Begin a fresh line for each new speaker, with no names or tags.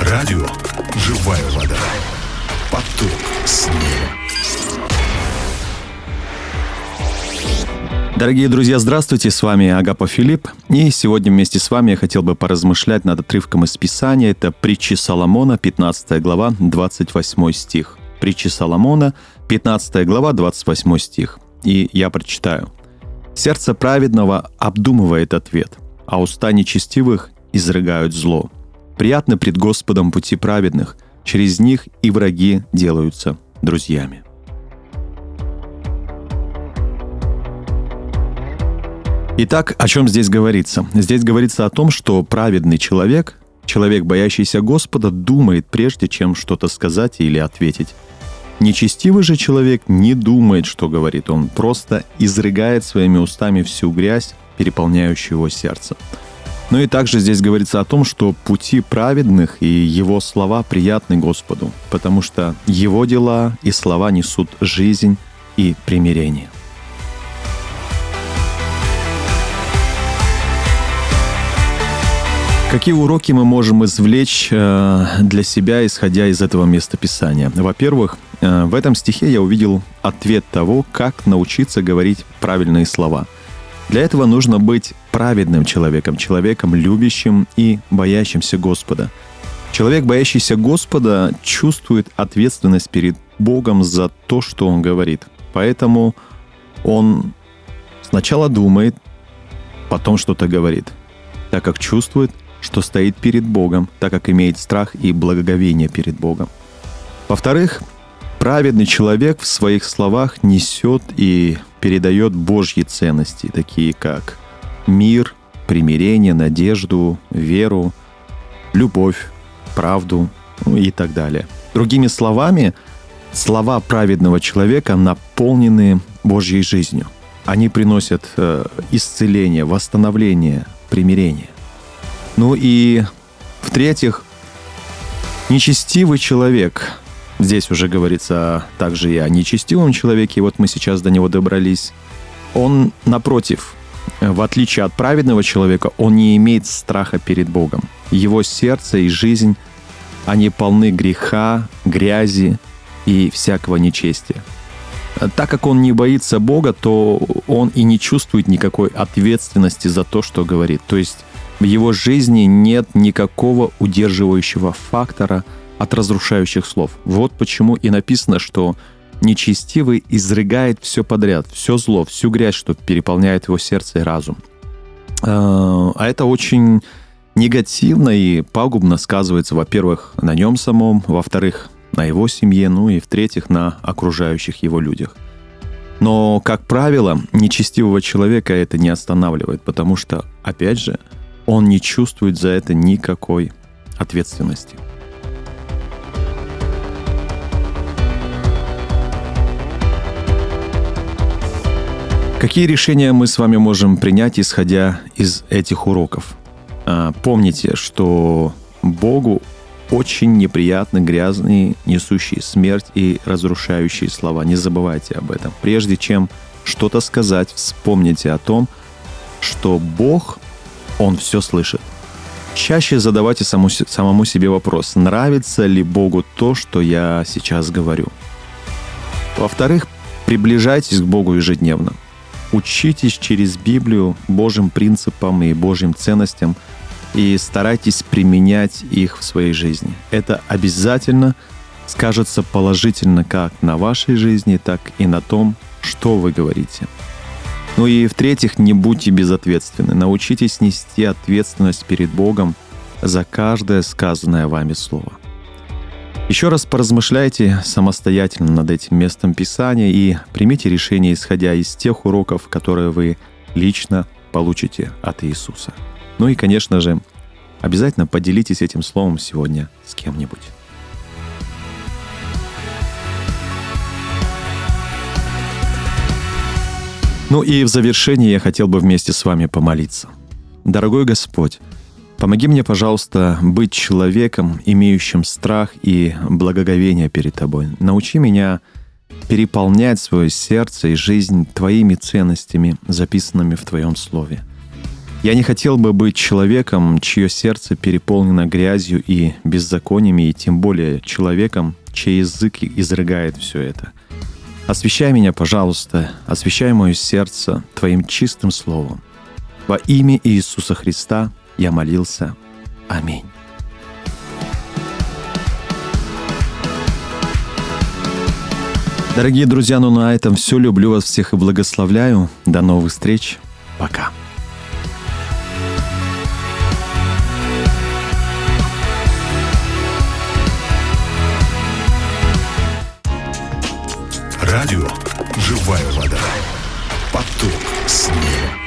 Радио «Живая вода». Поток снега.
Дорогие друзья, здравствуйте, с вами Агапов Филипп. И сегодня вместе с вами я хотел бы поразмышлять над отрывком из Писания. Это притчи Соломона, 15 глава, 28 стих. Притчи Соломона, 15 глава, 28 стих. И я прочитаю. «Сердце праведного обдумывает ответ, а уста нечестивых изрыгают зло. Приятны пред Господом пути праведных, через них и враги делаются друзьями». Итак, о чем здесь говорится? Здесь говорится о том, что праведный человек, боящийся Господа, думает прежде, чем что-то сказать или ответить. Нечестивый же человек не думает, что говорит. Он просто изрыгает своими устами всю грязь, переполняющую его сердце. Ну и также здесь говорится о том, что пути праведных и его слова приятны Господу, потому что его дела и слова несут жизнь и примирение. Какие уроки мы можем извлечь для себя, исходя из этого местописания? Во-первых, в этом стихе я увидел ответ того, как научиться говорить правильные слова. Для этого нужно быть праведным человеком, любящим и боящимся Господа. Человек, боящийся Господа, чувствует ответственность перед Богом за то, что он говорит. Поэтому он сначала думает, потом что-то говорит, так как чувствует, что стоит перед Богом, так как имеет страх и благоговение перед Богом. Во-вторых, праведный человек в своих словах несет и передает Божьи ценности, такие как мир, примирение, надежду, веру, любовь, правду, и так далее. Другими словами, слова праведного человека наполнены Божьей жизнью. Они приносят исцеление, восстановление, примирение. Ну и, в-третьих, нечестивый человек, здесь уже говорится также и о нечестивом человеке, и вот мы сейчас до него добрались, он, напротив, в отличие от праведного человека, он не имеет страха перед Богом. Его сердце и жизнь, они полны греха, грязи и всякого нечестия. Так как он не боится Бога, то он и не чувствует никакой ответственности за то, что говорит. То есть в его жизни нет никакого удерживающего фактора от разрушающих слов. Вот почему и написано, что нечестивый изрыгает все подряд, все зло, всю грязь, что переполняет его сердце и разум. А это очень негативно и пагубно сказывается, во-первых, на нем самом, во-вторых, на его семье, ну и в-третьих, на окружающих его людях. Но, как правило, нечестивого человека это не останавливает, потому что, опять же, он не чувствует за это никакой ответственности. Какие решения мы с вами можем принять, исходя из этих уроков? Помните, что Богу очень неприятны грязные, несущие смерть и разрушающие слова. Не забывайте об этом. Прежде чем что-то сказать, вспомните о том, что Бог, Он все слышит. Чаще задавайте самому себе вопрос, нравится ли Богу то, что я сейчас говорю. Во-вторых, приближайтесь к Богу ежедневно. Учитесь через Библию Божьим принципам и Божьим ценностям и старайтесь применять их в своей жизни. Это обязательно скажется положительно как на вашей жизни, так и на том, что вы говорите. Ну и в-третьих, не будьте безответственны. Научитесь нести ответственность перед Богом за каждое сказанное вами слово. Еще раз поразмышляйте самостоятельно над этим местом Писания и примите решение, исходя из тех уроков, которые вы лично получите от Иисуса. Ну и, конечно же, обязательно поделитесь этим словом сегодня с кем-нибудь. Ну и в завершении я хотел бы вместе с вами помолиться. Дорогой Господь, помоги мне, пожалуйста, быть человеком, имеющим страх и благоговение перед Тобой. Научи меня переполнять свое сердце и жизнь Твоими ценностями, записанными в Твоем Слове. Я не хотел бы быть человеком, чье сердце переполнено грязью и беззакониями, и тем более человеком, чей язык изрыгает все это. Освящай меня, пожалуйста, освящай мое сердце Твоим чистым словом. Во имя Иисуса Христа я молился. Аминь. Дорогие друзья, на этом все. Люблю вас всех и благословляю. До новых встреч. Пока.
Радио «Живая вода». Поток с неба.